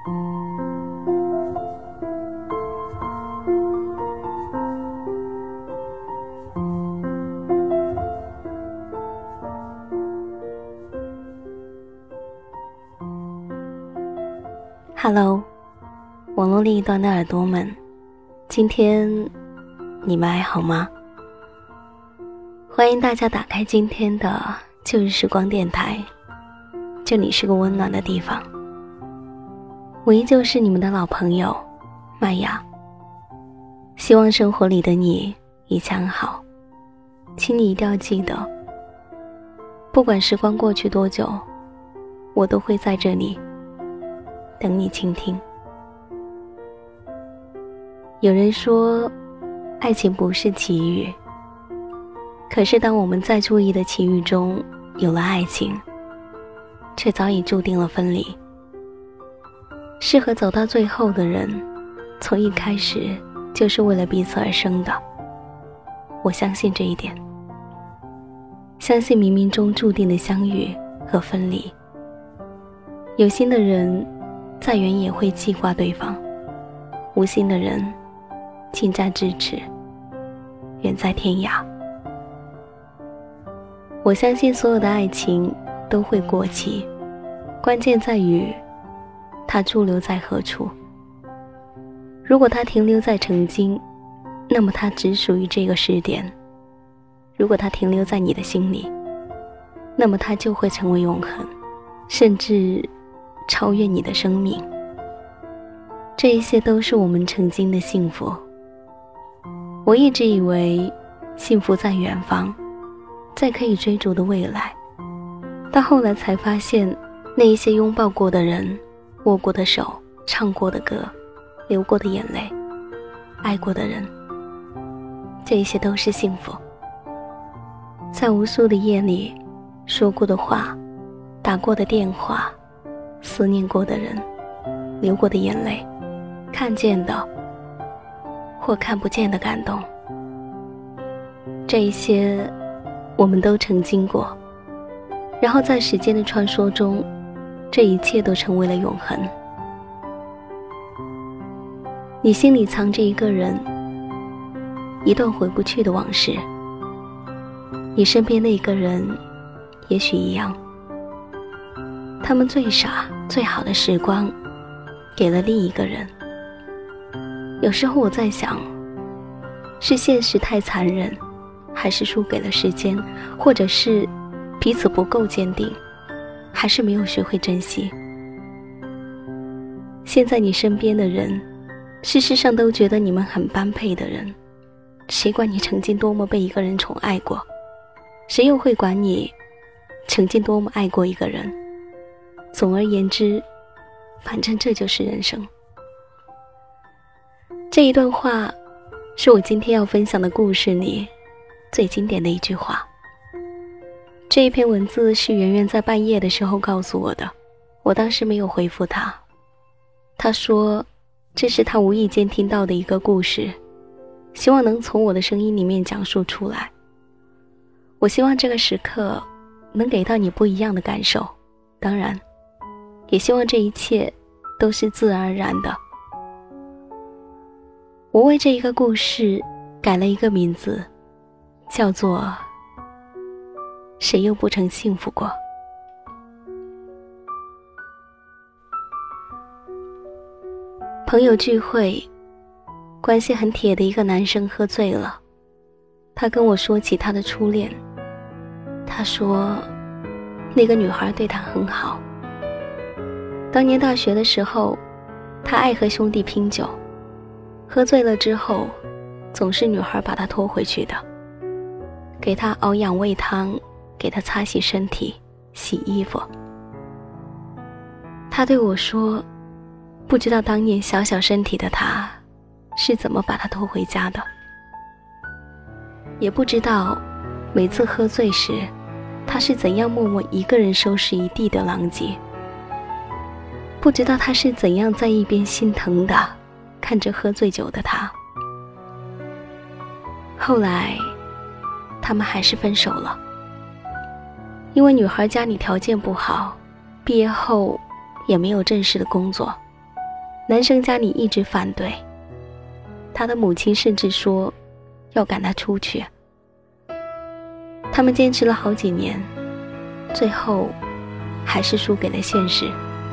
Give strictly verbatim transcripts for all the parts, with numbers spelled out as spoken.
Hello， 网络另一端的耳朵们，今天你们还好吗？欢迎大家打开今天的旧日时光电台，这里是个温暖的地方。我依旧是你们的老朋友麦雅，希望生活里的你一切安好。请你一定要记得，不管时光过去多久，我都会在这里等你倾听。有人说，爱情不是奇遇，可是当我们在注意的奇遇中有了爱情，却早已注定了分离。适合走到最后的人，从一开始就是为了彼此而生的。我相信这一点，相信冥冥中注定的相遇和分离。有心的人再远也会记挂对方，无心的人近在咫尺，远在天涯。我相信所有的爱情都会过期，关键在于它驻留在何处。如果它停留在曾经，那么它只属于这个时点；如果它停留在你的心里，那么它就会成为永恒，甚至超越你的生命。这一些都是我们曾经的幸福。我一直以为幸福在远方，在可以追逐的未来，到后来才发现，那一些拥抱过的人，握过的手，唱过的歌，流过的眼泪，爱过的人，这一些都是幸福。在无数的夜里说过的话，打过的电话，思念过的人，流过的眼泪，看见的或看不见的感动，这一些我们都曾经过。然后在时间的穿梭中，这一切都成为了永恒。你心里藏着一个人，一段回不去的往事。你身边的一个人也许一样，他们最傻最好的时光给了另一个人。有时候我在想，是现实太残忍，还是输给了时间，或者是彼此不够坚定，还是没有学会珍惜。现在你身边的人，事实上都觉得你们很般配的人，谁管你曾经多么被一个人宠爱过，谁又会管你曾经多么爱过一个人。总而言之，反正这就是人生。这一段话是我今天要分享的故事里最经典的一句话。这一篇文字是圆圆在半夜的时候告诉我的，我当时没有回复他。他说这是他无意间听到的一个故事，希望能从我的声音里面讲述出来。我希望这个时刻能给到你不一样的感受，当然也希望这一切都是自然而然的。我为这一个故事改了一个名字，叫做谁又不曾幸福过。朋友聚会，关系很铁的一个男生喝醉了，他跟我说起他的初恋。他说那个女孩对他很好，当年大学的时候，他爱和兄弟拼酒，喝醉了之后总是女孩把他拖回去的，给他熬养胃汤，给他擦洗身体，洗衣服。他对我说，不知道当年小小身体的他是怎么把他拖回家的，也不知道每次喝醉时他是怎样默默一个人收拾一地的狼藉，不知道他是怎样在一边心疼的看着喝醉酒的他。后来他们还是分手了，因为女孩家里条件不好，毕业后也没有正式的工作， 男生家里一直反对，他的母亲甚至说要赶他出去。他们坚持了好几年，最后还是输给了现实。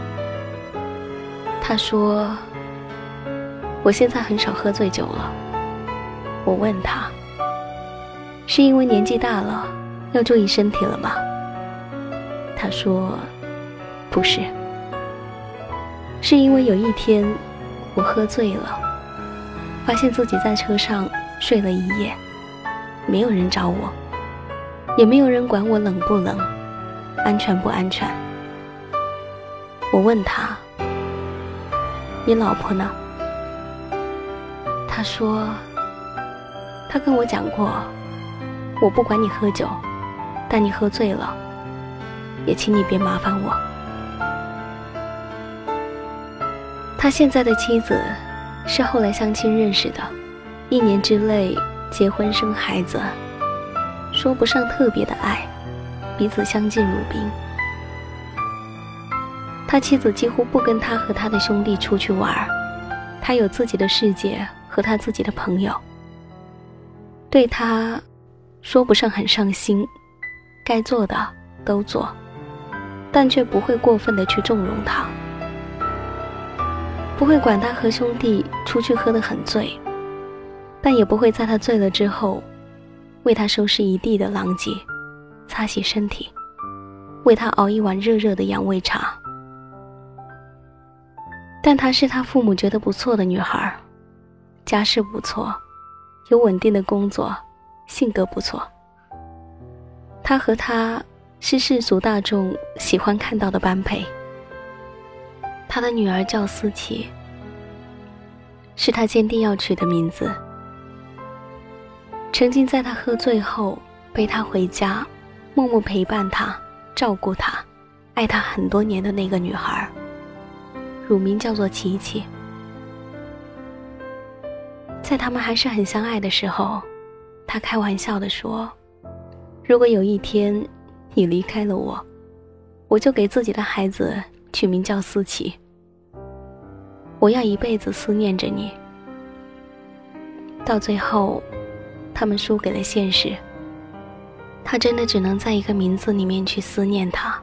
他说，我现在很少喝醉酒了。我问他，是因为年纪大了要注意身体了吗？他说不是，是因为有一天我喝醉了，发现自己在车上睡了一夜，没有人找我，也没有人管我冷不冷，安全不安全。我问他，你老婆呢？他说，他跟我讲过，我不管你喝酒，但你喝醉了，也请你别麻烦我。他现在的妻子是后来相亲认识的，一年之内结婚生孩子，说不上特别的爱，彼此相敬如宾。他妻子几乎不跟他和他的兄弟出去玩，他有自己的世界和他自己的朋友。对他说不上很上心，该做的都做，但却不会过分的去纵容他，不会管他和兄弟出去喝得很醉，但也不会在他醉了之后为他收拾一地的狼藉，擦洗身体，为他熬一碗热热的养胃茶。但她是他父母觉得不错的女孩，家世不错，有稳定的工作，性格不错。她和他是世俗大众喜欢看到的般配。她的女儿叫思琪，是她坚定要取的名字。曾经在她喝醉后背她回家，默默陪伴她，照顾她，爱她很多年的那个女孩，乳名叫做琪琪。在他们还是很相爱的时候，他开玩笑地说，如果有一天你离开了我，我就给自己的孩子取名叫思琪，我要一辈子思念着你。到最后他们输给了现实，他真的只能在一个名字里面去思念他。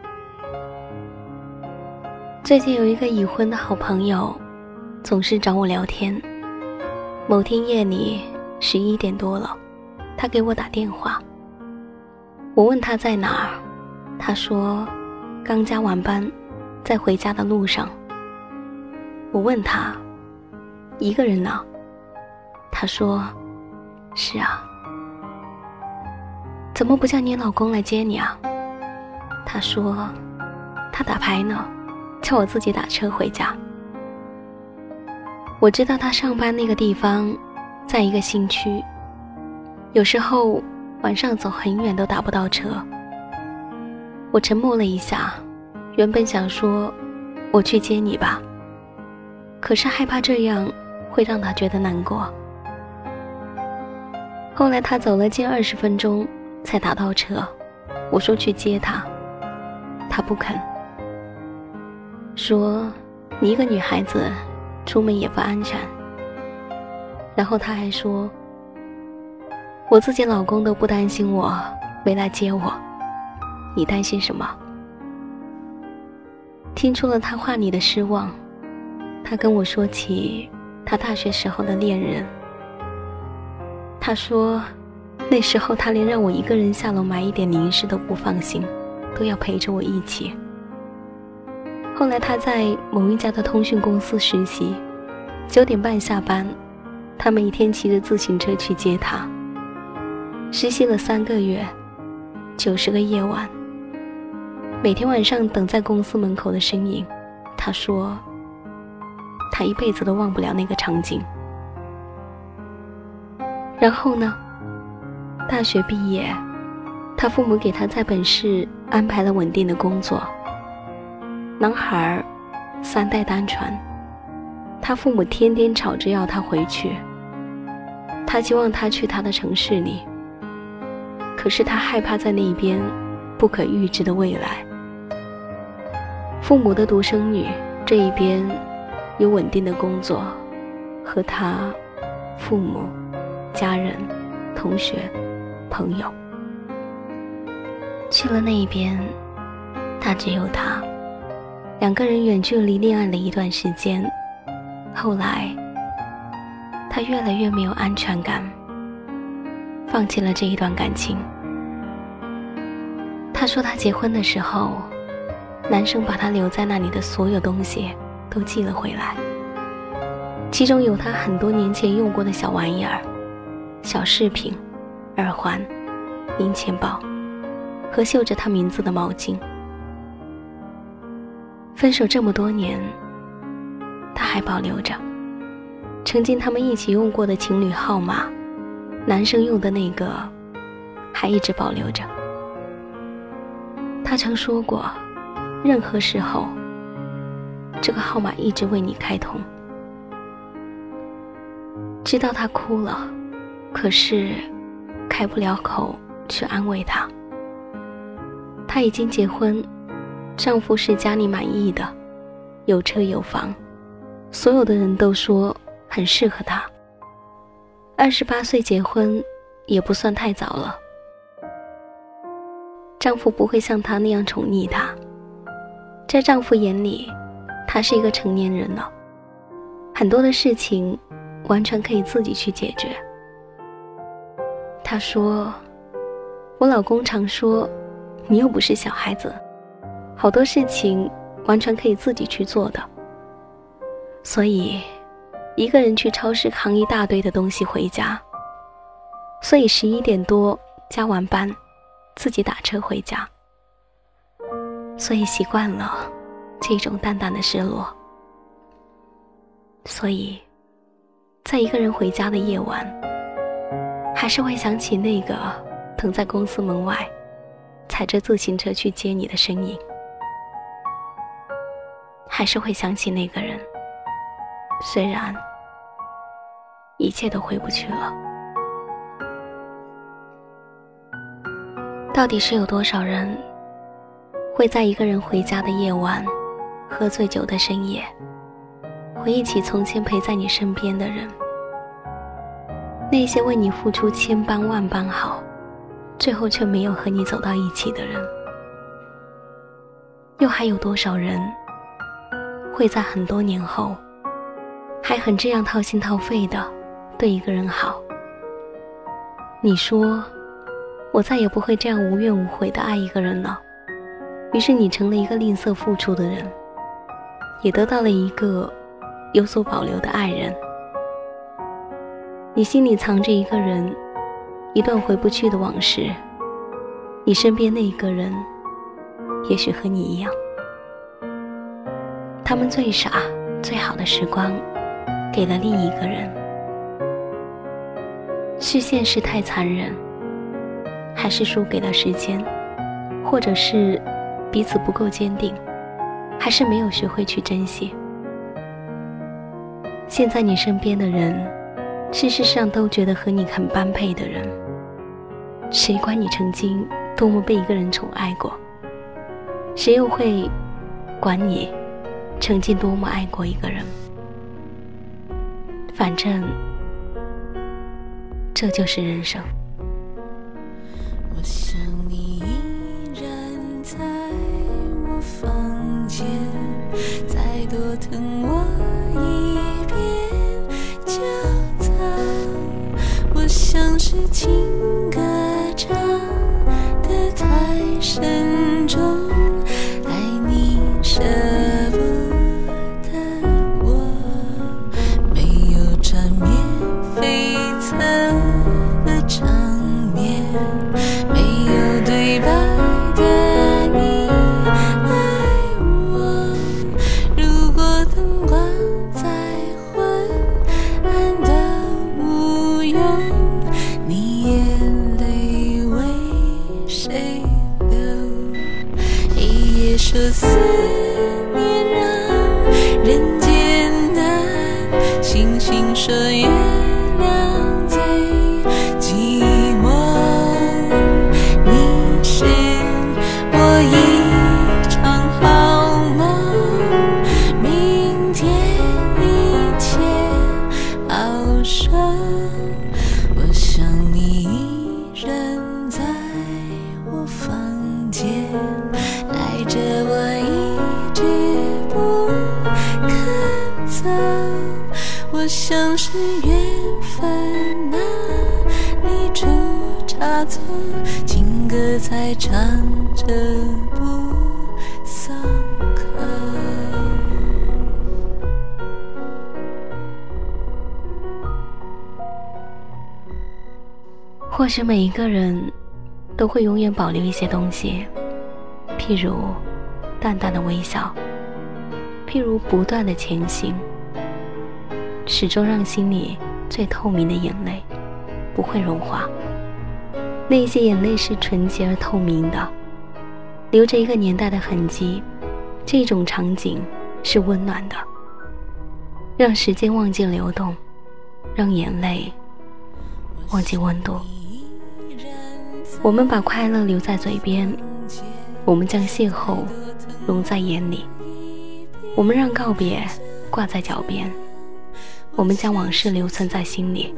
最近有一个已婚的好朋友总是找我聊天，某天夜里十一点多了，他给我打电话，我问他在哪儿，他说刚加完班，在回家的路上。我问他一个人呢？他说是啊。怎么不叫你老公来接你啊？他说他打牌呢，叫我自己打车回家。我知道他上班那个地方在一个新区，有时候晚上走很远都打不到车。我沉默了一下，原本想说我去接你吧，可是害怕这样会让他觉得难过。后来他走了近二十分钟才打到车，我说去接他，他不肯，说你一个女孩子出门也不安全。然后他还说，我自己老公都不担心我没来接我，你担心什么？听出了他话里的失望，他跟我说起他大学时候的恋人。他说那时候他连让我一个人下楼买一点零食都不放心，都要陪着我一起。后来他在某一家的通讯公司实习，九点半下班，他每天骑着自行车去接他。实习了三个月，九十个夜晚，每天晚上等在公司门口的身影，他说他一辈子都忘不了那个场景。然后呢，大学毕业，他父母给他在本市安排了稳定的工作。男孩三代单传，他父母天天吵着要他回去，他希望他去他的城市里，可是他害怕在那边不可预知的未来。父母的独生女这一边有稳定的工作，和他父母、家人、同学、朋友。去了那一边，他只有他，两个人远距离恋爱了一段时间，后来他越来越没有安全感，放弃了这一段感情。他说他结婚的时候，男生把他留在那里的所有东西都寄了回来，其中有他很多年前用过的小玩意儿，小饰品、耳环、零钱包和绣着他名字的毛巾。分手这么多年，他还保留着曾经他们一起用过的情侣号码，男生用的那个还一直保留着。他曾说过，任何时候这个号码一直为你开通。知道他哭了，可是开不了口去安慰他。他已经结婚，丈夫是家里满意的，有车有房，所有的人都说很适合他。二十八岁结婚也不算太早了。丈夫不会像他那样宠溺她，在丈夫眼里，她是一个成年人了，很多的事情完全可以自己去解决。她说，我老公常说，你又不是小孩子，好多事情完全可以自己去做的。所以一个人去超市扛一大堆的东西回家，所以十一点多加完班自己打车回家，所以习惯了这种淡淡的失落。所以在一个人回家的夜晚，还是会想起那个等在公司门外踩着自行车去接你的身影，还是会想起那个人，虽然一切都回不去了。到底是有多少人会在一个人回家的夜晚，喝醉酒的深夜，回忆起从前陪在你身边的人，那些为你付出千般万般好，最后却没有和你走到一起的人？又还有多少人会在很多年后还很这样掏心掏肺的对一个人好？你说我再也不会这样无怨无悔地爱一个人了，于是你成了一个吝啬付出的人，也得到了一个有所保留的爱人。你心里藏着一个人，一段回不去的往事，你身边那一个人也许和你一样，他们最傻最好的时光给了另一个人。是现实太残忍，还是输给了时间，或者是彼此不够坚定，还是没有学会去珍惜？现在你身边的人，事实上都觉得和你很般配的人，谁管你曾经多么被一个人宠爱过？谁又会管你曾经多么爱过一个人？反正这就是人生。 我想你依然在我房间，再多疼我一遍就走。我像是情歌唱得太深重，爱你舍不得我，没有缠绵悱恻的场面，没有对白的你爱我。如果灯光再昏暗的无用，你眼泪为谁流？黑夜说思念让人艰难，星星说月亮最寂寞。你是我一场好梦，明天像是缘分，哪里出差错，情歌才唱着不松口。 或许每一个人都会永远保留一些东西，譬如淡淡的微笑，譬如不断的前行，始终让心里最透明的眼泪不会融化。那些眼泪是纯洁而透明的，留着一个年代的痕迹。这种场景是温暖的，让时间忘记流动，让眼泪忘记温度。我们把快乐留在嘴边，我们将邂逅融在眼里，我们让告别挂在脚边，我们将往事留存在心里。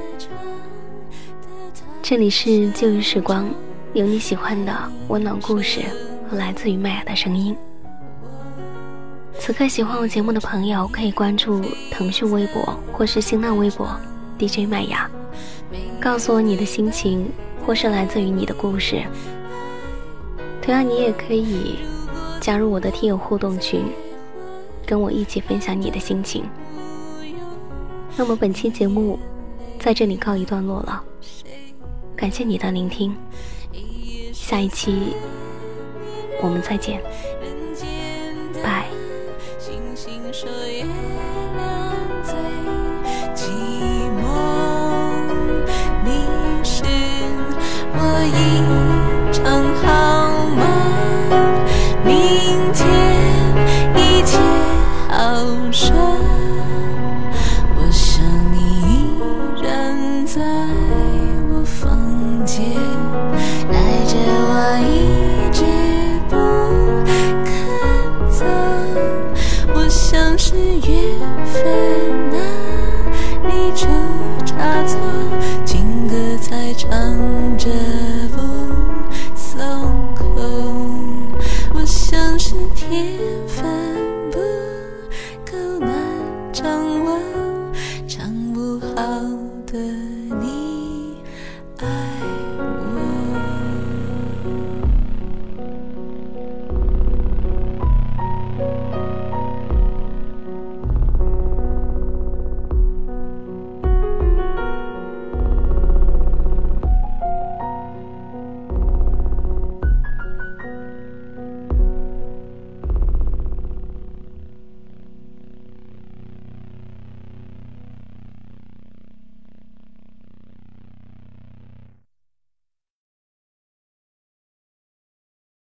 这里是旧日时光，有你喜欢的温暖故事和来自于麦雅的声音。此刻喜欢我节目的朋友可以关注腾讯微博或是新浪微博 D J 麦雅，告诉我你的心情或是来自于你的故事。同样你也可以加入我的听友互动群，跟我一起分享你的心情。那么本期节目在这里告一段落了，感谢你的聆听，下一期我们再见，拜。 星星说月亮最寂寞，你是我一场好梦，明天一切好说。我想你依然在我房间，带着我一直不肯走。我像是缘